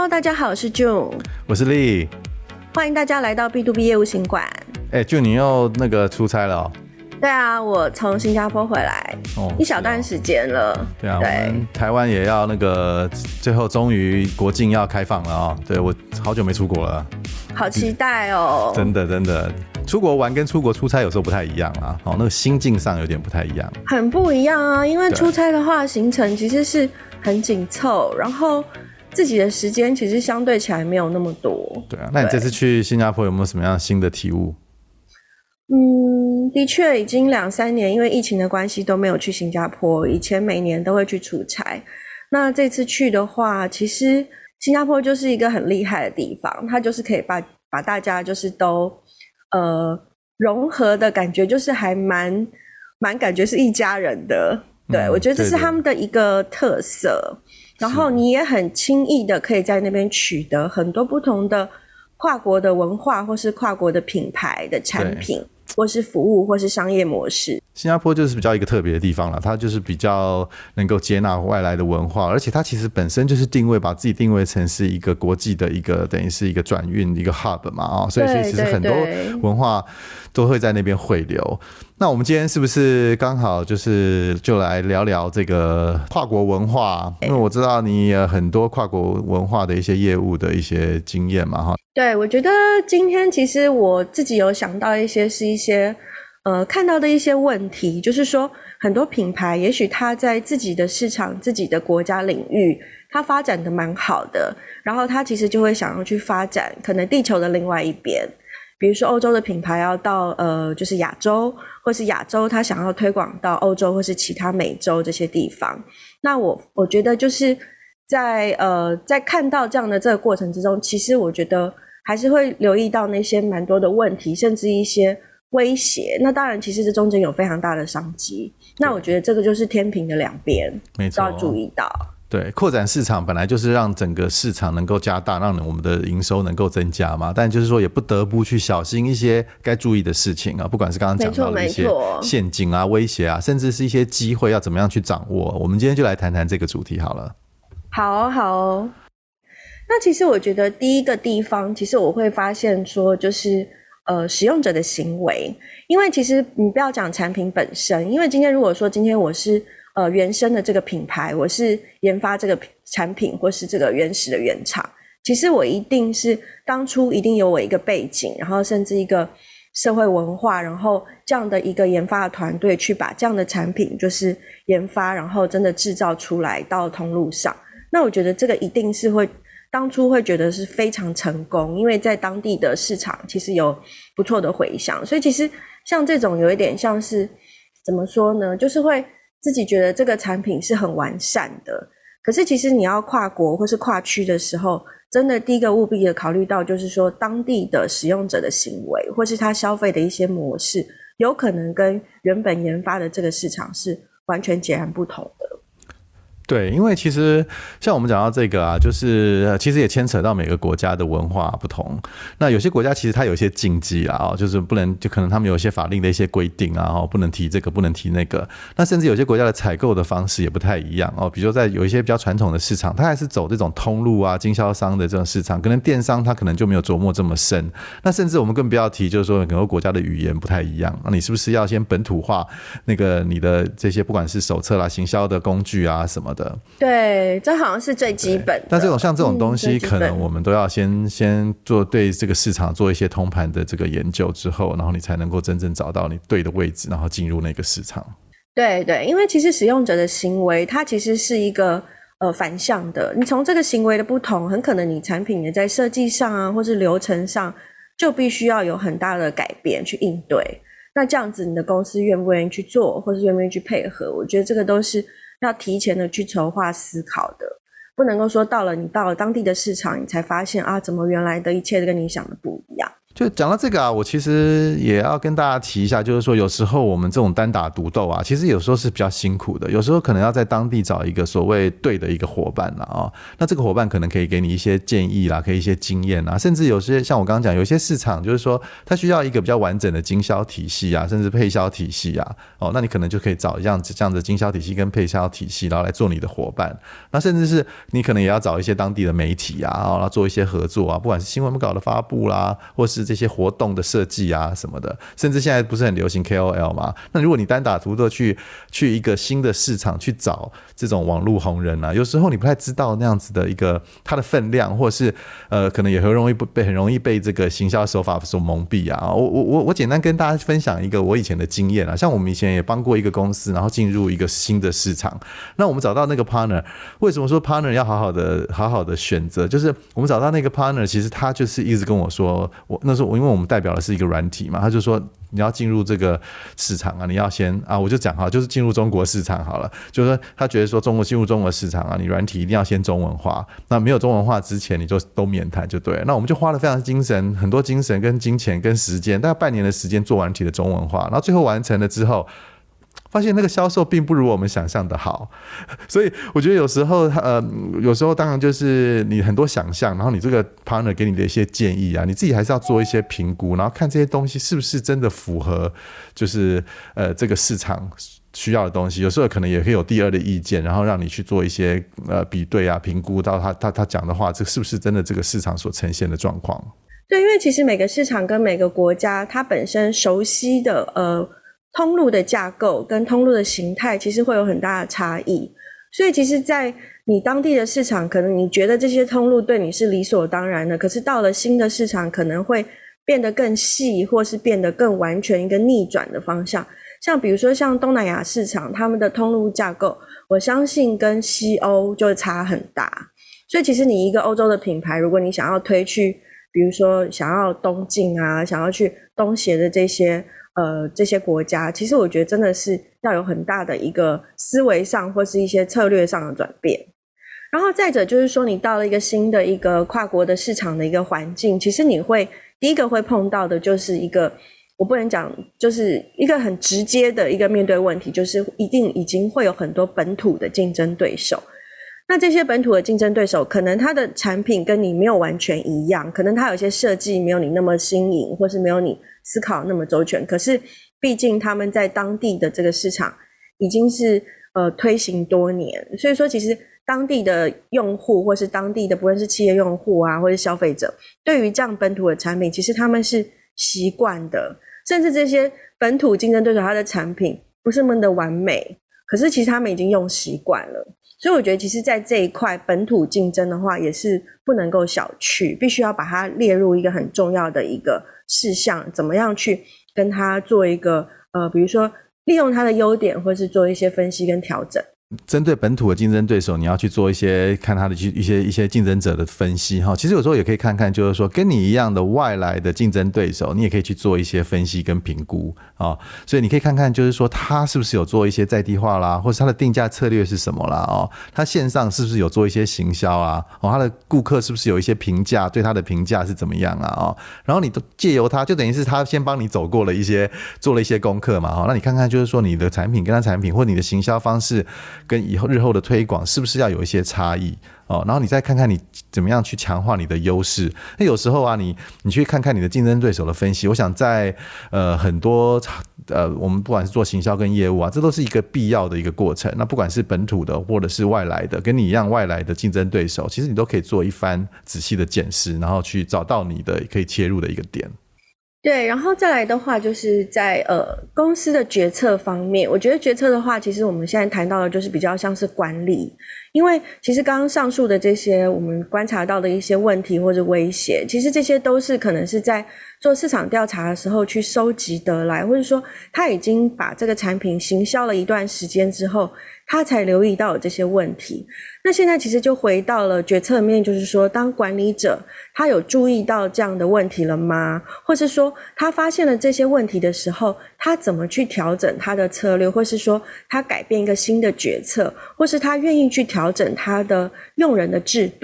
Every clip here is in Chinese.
Hello， 大家好，我是 June， 我是 Lee， 欢迎大家来到 B2B 业务行馆。 June 你又出差了哦？ 对啊，我从新加坡回来，一小段时间了。 对啊，我们台湾也要最后终于国境要开放了哦。对，我好久没出国了， 好期待哦！ 真的，出国玩跟出国出差有时候不太一样啊，那个心境上有点不太一样， 很不一样啊。因为出差的话，行程其实是很紧凑，然后自己的时间其实相对起来没有那么多。 对啊，那你这次去新加坡有没有什么样新的体悟？ 的确已经2-3年，因为疫情的关系都没有去新加坡。以前每年都会去出差，那这次去的话，其实新加坡就是一个很厉害的地方，它就是可以把大家就是都融合的感觉，就是还蛮感觉是一家人的。对，我觉得这是他们的一个特色。然后你也很轻易的可以在那边取得很多不同的跨国的文化，或是跨国的品牌的产品，或是服务，或是商业模式。 新加坡就是比较一个特别的地方啦，它就是比较能够接纳外来的文化，而且它其实本身就是把自己定位成是一个国际的一个等于是一个转运一个 hub 嘛，所以其实很多文化都会在那边汇流。那我们今天是不是刚好就来聊聊这个跨国文化？因为我知道你有很多跨国文化的一些业务的一些经验嘛， 对，我觉得今天其实我自己有想到一些看到的一些问题，就是说很多品牌也许它在自己的市场、自己的国家领域它发展的蛮好的，然后它其实就会想要去发展可能地球的另外一边，比如说欧洲的品牌要到就是亚洲，或是亚洲它想要推广到欧洲或是其他美洲这些地方。那我觉得就是在看到这样的这个过程之中，其实我觉得还是会留意到那些蛮多的问题，甚至一些威胁。那当然其实这中间有非常大的商机，那我觉得这个就是天平的两边都要注意到。 对，扩展市场本来就是让整个市场能够加大，让我们的营收能够增加嘛，但就是说也不得不去小心一些该注意的事情啊，不管是刚刚讲到的一些陷阱啊、威胁啊，甚至是一些机会要怎么样去掌握。我们今天就来谈谈这个主题好了。 好。那其实我觉得第一个地方，其实我会发现说就是使用者的行为。因为其实你不要讲产品本身，因为如果说今天我是原生的这个品牌，我是研发这个产品或是这个原始的原厂，其实我一定是当初一定有我一个背景，然后甚至一个社会文化，然后这样的一个研发的团队去把这样的产品就是研发，然后真的制造出来到通路上。那我觉得这个一定是当初会觉得是非常成功，因为在当地的市场其实有不错的回响。所以其实像这种有一点像是怎么说呢，就是会自己觉得这个产品是很完善的，可是其实你要跨国或是跨区的时候，真的第一个务必的考虑到就是说当地的使用者的行为，或是他消费的一些模式，有可能跟原本研发的这个市场是完全截然不同的。 对，因为其实像我们讲到这个啊，就是其实也牵扯到每个国家的文化不同。那有些国家其实它有一些禁忌啊，就是不能，就可能他们有一些法令的一些规定啊，不能提这个，不能提那个。那甚至有些国家的采购的方式也不太一样哦，比如说在有一些比较传统的市场，它还是走这种通路啊、经销商的这种市场，可能电商它可能就没有琢磨这么深。那甚至我们更不要提，就是说很多国家的语言不太一样，那你是不是要先本土化你的这些不管是手册啦、行销的工具啊什么的。 对，这好像是最基本的。 但像这种东西，可能我们都要先做对这个市场做一些通盘的这个研究之后，然后你才能够真正找到你对的位置，然后进入那个市场。 对，因为其实使用者的行为，它其实是一个反向的。你从这个行为的不同，很可能你产品也在设计上啊，或是流程上，就必须要有很大的改变去应对。那这样子，你的公司愿不愿意去做，或是愿不愿意去配合？我觉得这个都是要提前的去筹划思考的，不能够说到了当地的市场，你才发现啊，怎么原来的一切跟你想的不一样。 就讲到这个啊，我其实也要跟大家提一下，就是说有时候我们这种单打独斗啊，其实有时候是比较辛苦的，有时候可能要在当地找一个所谓对的一个伙伴啦啊，那这个伙伴可能可以给你一些建议啦，可以一些经验啦，甚至有些像我刚刚讲，有些市场就是说它需要一个比较完整的经销体系啊，甚至配销体系啊，哦，那你可能就可以找这样的经销体系跟配销体系，然后来做你的伙伴。那甚至是你可能也要找一些当地的媒体啊，然后做一些合作啊，不管是新闻稿的发布啦，或是这些活动的设计啊什么的，甚至现在不是很流行 KOL 嘛？那如果你单打独斗去一个新的市场去找这种网络红人啊，有时候你不太知道那样子的一个它的分量，或是可能也很容易被这个行销手法所蒙蔽啊。我简单跟大家分享一个我以前的经验啊，像我们以前也帮过一个公司，然后进入一个新的市场，那我们找到那个 partner， 为什么说 partner 要好好的选择？就是我们找到那个 partner， 其实他就是一直跟我说，那时候因为我们代表的是一个软体嘛，他就说你要进入这个市场啊，你要先啊，我就讲哈，就是进入中国市场好了，就是说他觉得说进入中国市场啊，你软体一定要先中文化，那没有中文化之前你就都免谈就对了。那我们就花了非常很多精神跟金钱跟时间，大概半年的时间做软体的中文化，然后最后完成了之后，发现那个销售并不如我们想象的好，所以我觉得有时候当然就是你很多想象，然后你这个 partner 给你的一些建议啊，你自己还是要做一些评估，然后看这些东西是不是真的符合就是这个市场需要的东西。有时候可能也可以有第二的意见，然后让你去做一些比对啊，评估到他讲的话，这是不是真的这个市场所呈现的状况。 对，因为其实每个市场跟每个国家它本身熟悉的通路的架构跟通路的形态其实会有很大的差异，所以其实在你当地的市场，可能你觉得这些通路对你是理所当然的，可是到了新的市场可能会变得更细，或是变得更完全一个逆转的方向。像比如说像东南亚市场，他们的通路架构我相信跟西欧就差很大，所以其实你一个欧洲的品牌，如果你想要推去比如说想要东进啊，想要去东协的这些国家，其实我觉得真的是要有很大的一个思维上或是一些策略上的转变。然后再者就是说，你到了一个新的一个跨国的市场的一个环境，其实你会第一个会碰到的就是一个，我不能讲就是一个很直接的一个面对问题，就是一定已经会有很多本土的竞争对手。那这些本土的竞争对手可能他的产品跟你没有完全一样，可能他有些设计没有你那么新颖，或是没有你思考那么周全，可是毕竟他们在当地的这个市场已经是推行多年，所以说其实当地的用户或是当地的不论是企业用户啊或是消费者，对于这样本土的产品其实他们是习惯的，甚至这些本土竞争对手他的产品不是那么的完美，可是其实他们已经用习惯了。所以我觉得其实在这一块本土竞争的话也是不能够小觑，必须要把它列入一个很重要的一个事项，怎么样去跟它做一个比如说利用它的优点，或是做一些分析跟调整。 针对本土的竞争对手，你要去做一些看他的一些竞争者的分析哈。其实有时候也可以看看，就是说跟你一样的外来的竞争对手，你也可以去做一些分析跟评估啊。所以你可以看看，就是说他是不是有做一些在地化啦，或是他的定价策略是什么啦哦，他线上是不是有做一些行销啊？哦，他的顾客是不是有一些评价，对他的评价是怎么样啊？哦，然后你都借由他，就等于是他先帮你走过了做了一些功课嘛。哦，那你看看，就是说你的产品跟他产品，或你的行销方式跟日后的推广是不是要有一些差异哦？然后你再看看你怎么样去强化你的优势。那有时候啊，你去看看你的竞争对手的分析，我想在很多我们不管是做行销跟业务啊，这都是一个必要的一个过程。那不管是本土的或者是外来的，跟你一样外来的竞争对手，其实你都可以做一番仔细的检视，然后去找到你的可以切入的一个点。 对，然后再来的话就是在公司的决策方面，我觉得决策的话其实我们现在谈到的就是比较像是管理，因为其实刚刚上述的这些我们观察到的一些问题或者威胁，其实这些都是可能是在做市场调查的时候去收集得来，或者说他已经把这个产品行销了一段时间之后，他才留意到有这些问题。那现在其实就回到了决策面，就是说当管理者他有注意到这样的问题了吗？或是说他发现了这些问题的时候，他怎么去调整他的策略，或是说他改变一个新的决策，或是他愿意去调整他的用人的制度。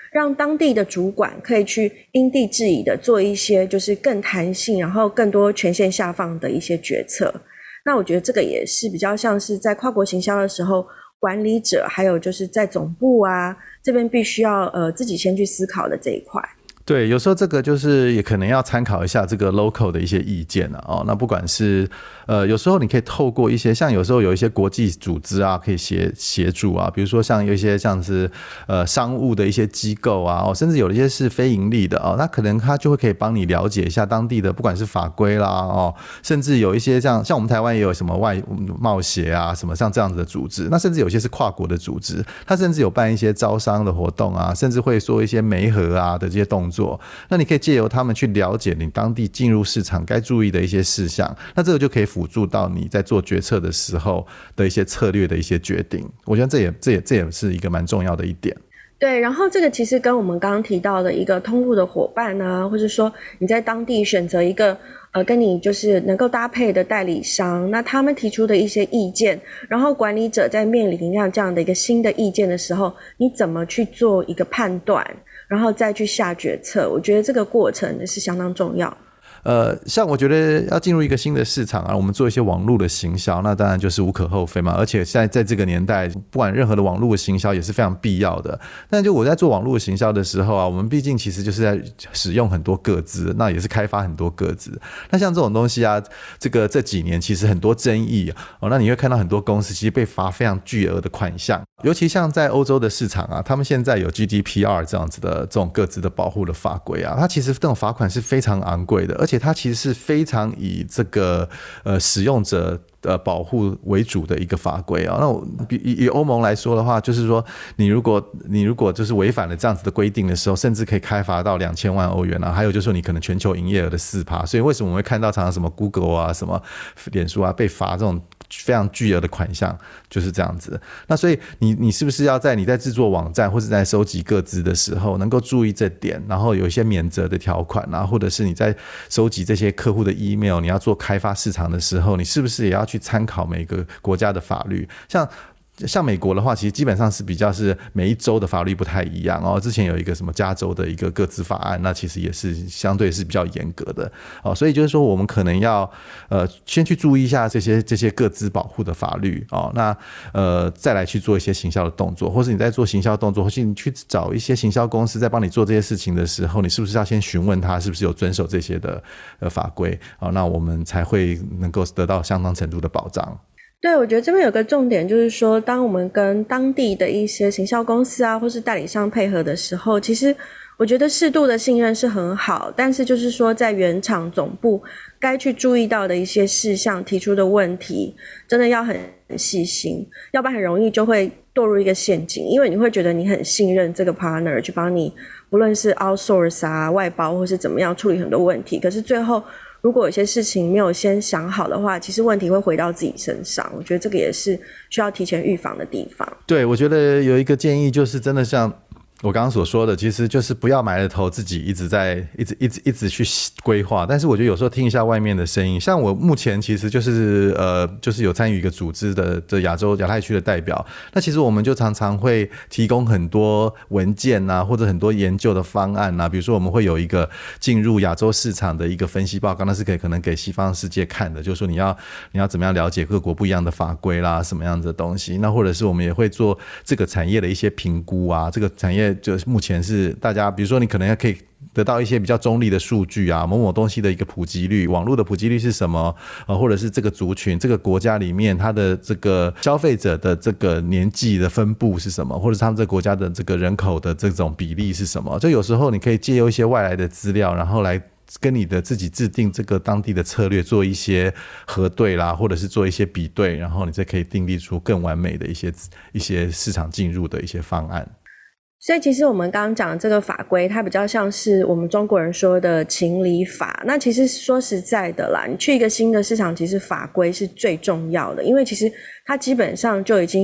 让当地的主管可以去因地制宜的做一些就是更弹性，然后更多权限下放的一些决策。那我觉得这个也是比较像是在跨国行销的时候，管理者还有就是在总部啊这边必须要自己先去思考的这一块。 对，有时候这个就是也可能要参考一下这个 local 的一些意见那不管是有时候你可以透过一些像有时候有一些国际组织啊，可以协助啊，比如说像有一些像是商务的一些机构啊甚至有一些是非盈利的那可能他就会可以帮你了解一下当地的不管是法规啦甚至有一些像我们台湾也有什么外贸协啊什么像这样子的组织，那甚至有些是跨国的组织，他甚至有办一些招商的活动啊，甚至会说一些媒合啊的这些动作。那你可以借由他们去了解你当地进入市场该注意的一些事项，那这个就可以辅助到你在做决策的时候的一些策略的一些决定。我觉得这也是一个蛮重要的一点。 对，然后这个其实跟我们刚刚提到的一个通路的伙伴啊，或者说你在当地选择一个跟你就是能够搭配的代理商，那他们提出的一些意见，然后管理者在面临这样的一个新的意见的时候，你怎么去做一个判断，然后再去下决策，我觉得这个过程是相当重要。 像我觉得要进入一个新的市场我们做一些网络的行销，那当然就是无可厚非嘛。而且现在这个年代，不管任何的网络的行销也是非常必要的。但就我在做网络的行销的时候我们毕竟其实就是在使用很多个资，那也是开发很多个资。那像这种东西这几年其实很多争议那你会看到很多公司其实被罚非常巨额的款项，尤其像在欧洲的市场他们现在有 GDPR 这样子的这种个资的保护的法规它其实这种罚款是非常昂贵的，而且它其实是非常以这个使用者保护为主的一个法规那以欧盟来说的话，就是说你如果就是违反了这样子的规定的时候，甚至可以开罚到2000万欧元还有就是说你可能全球营业额的 4%。 所以为什么我们会看到常常什么 Google 什么脸书被罚这种非常巨额的款项，就是这样子。那所以你是不是要你在制作网站或是在收集个资的时候能够注意这点，然后有一些免责的条款或者是你在收集这些客户的 email， 你要做开发市场的时候，你是不是也要去参考每个国家的法律。像美国的话，其实基本上是比较是每一州的法律不太一样之前有一个什么加州的一个个资法案，那其实也是相对是比较严格的所以就是说我们可能要先去注意一下这些个资保护的法律那再来去做一些行销的动作，或是你在做行销动作，或是你去找一些行销公司在帮你做这些事情的时候，你是不是要先询问他是不是有遵守这些的法规那我们才会能够得到相当程度的保障。 对，我觉得这边有个重点就是说，当我们跟当地的一些行销公司或是代理商配合的时候，其实我觉得适度的信任是很好，但是就是说在原厂总部该去注意到的一些事项提出的问题，真的要很细心，要不然很容易就会堕入一个陷阱，因为你会觉得你很信任这个 partner 去帮你不论是 outsource 外包或是怎么样处理很多问题，可是最后如果有些事情没有先想好的话，其实问题会回到自己身上，我觉得这个也是需要提前预防的地方。 对，我觉得有一个建议就是真的像我刚刚所说的，其实就是不要埋了头自己一直去规划，但是我觉得有时候听一下外面的声音，像我目前其实就是有参与一个组织的亚太区的代表，那其实我们就常常会提供很多文件或者很多研究的方案比如说我们会有一个进入亚洲市场的一个分析报告，那是可能给西方世界看的，就是说你要怎么样了解各国不一样的法规啦，什么样子的东西，那或者是我们也会做这个产业的一些评估这个产业就是目前是大家比如说你可能可以得到一些比较中立的数据某某东西的一个普及率，网络的普及率是什么或者是这个族群这个国家里面它的这个消费者的这个年纪的分布是什么，或者是他们这个国家的这个人口的这种比例是什么，就有时候你可以借由一些外来的资料，然后来跟你的自己制定这个当地的策略做一些核对啦，或者是做一些比对，然后你再可以订立出更完美的一些市场进入的一些方案。 所以其实我们刚刚讲的这个法规，它比较像是我们中国人说的情理法。那其实说实在的啦，你去一个新的市场，其实法规是最重要的，因为其实它基本上就已经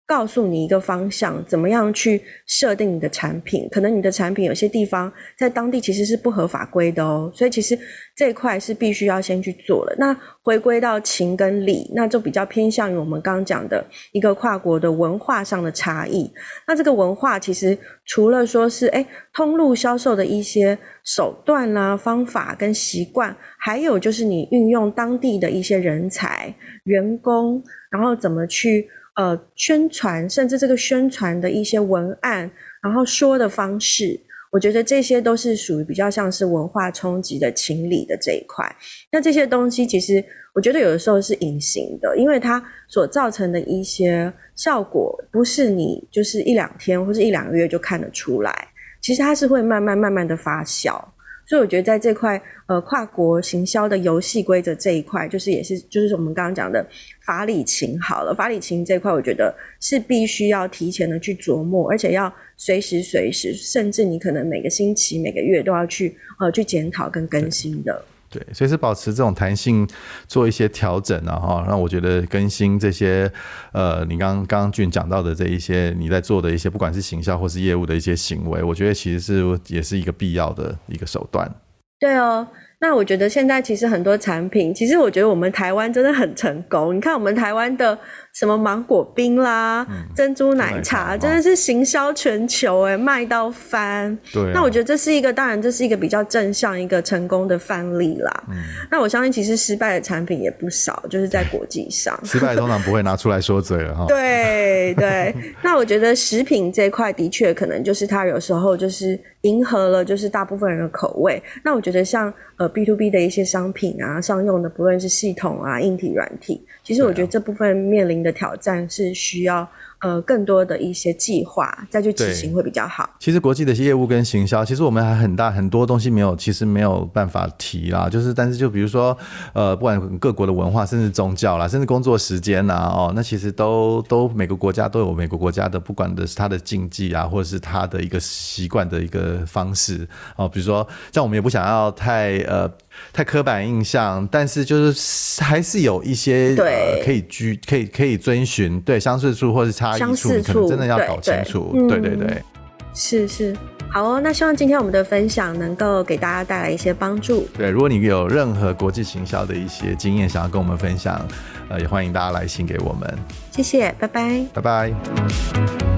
告诉你一个方向，怎么样去设定你的产品。可能你的产品有些地方在当地其实是不合法规的哦，所以其实这一块是必须要先去做了。那回归到情跟理，那就比较偏向于我们刚刚讲的一个跨国的文化上的差异。那这个文化其实除了说是通路销售的一些手段啦、方法跟习惯，还有就是你运用当地的一些人才、员工，然后怎么去宣传，甚至这个宣传的一些文案，然后说的方式，我觉得这些都是属于比较像是文化冲击的情理的这一块。那这些东西其实我觉得有的时候是隐形的，因为它所造成的一些效果不是你就是1-2天或是1-2个月就看得出来，其实它是会慢慢的发酵。所以我觉得在这块跨国行销的游戏规则这一块，就是我们刚刚讲的法理情好了，法理情这一块我觉得是必须要提前的去琢磨，而且要随时甚至你可能每个星期每个月都要去检讨跟更新的。 对，随时保持这种弹性，做一些调整啊，让我觉得更新这些你刚刚俊讲到的这一些你在做的一些不管是行销或是业务的一些行为，我觉得其实也是一个必要的一个手段。 对哦，那我觉得现在其实很多产品，其实我觉得我们台湾真的很成功。你看我们台湾的什么芒果冰啦、珍珠奶茶，真的是行销全球卖到翻。对那我觉得当然这是一个比较正向一个成功的范例啦。那我相信其实失败的产品也不少，就是在国际上。 失败通常不会拿出来说嘴了哈。 对，那我觉得食品这一块的确可能就是它有时候就是迎合了就是大部分人的口味。那我觉得像B2B 的一些商品啊，商用的不论是系统啊、硬体、软体，其实我觉得这部分面临的挑战是需要更多的一些计划再去执行会比较好。 其实国际的业务跟行销，其实我们还很多东西其实没有办法提啦，但是就比如说不管各国的文化，甚至宗教啦，甚至工作时间啦，那其实都每个国家都有每个国家的，不管的是它的禁忌啊，或者是它的一个习惯的一个方式比如说像我们也不想要太刻板印象，但是就是还是有一些可以遵循对相似处或是差异处，你可能真的要搞清楚。对， 是好哦。那希望今天我们的分享能够给大家带来一些帮助。 对，如果你有任何国际行销的一些经验想要跟我们分享，也欢迎大家来信给我们。 谢谢，拜拜。 拜拜。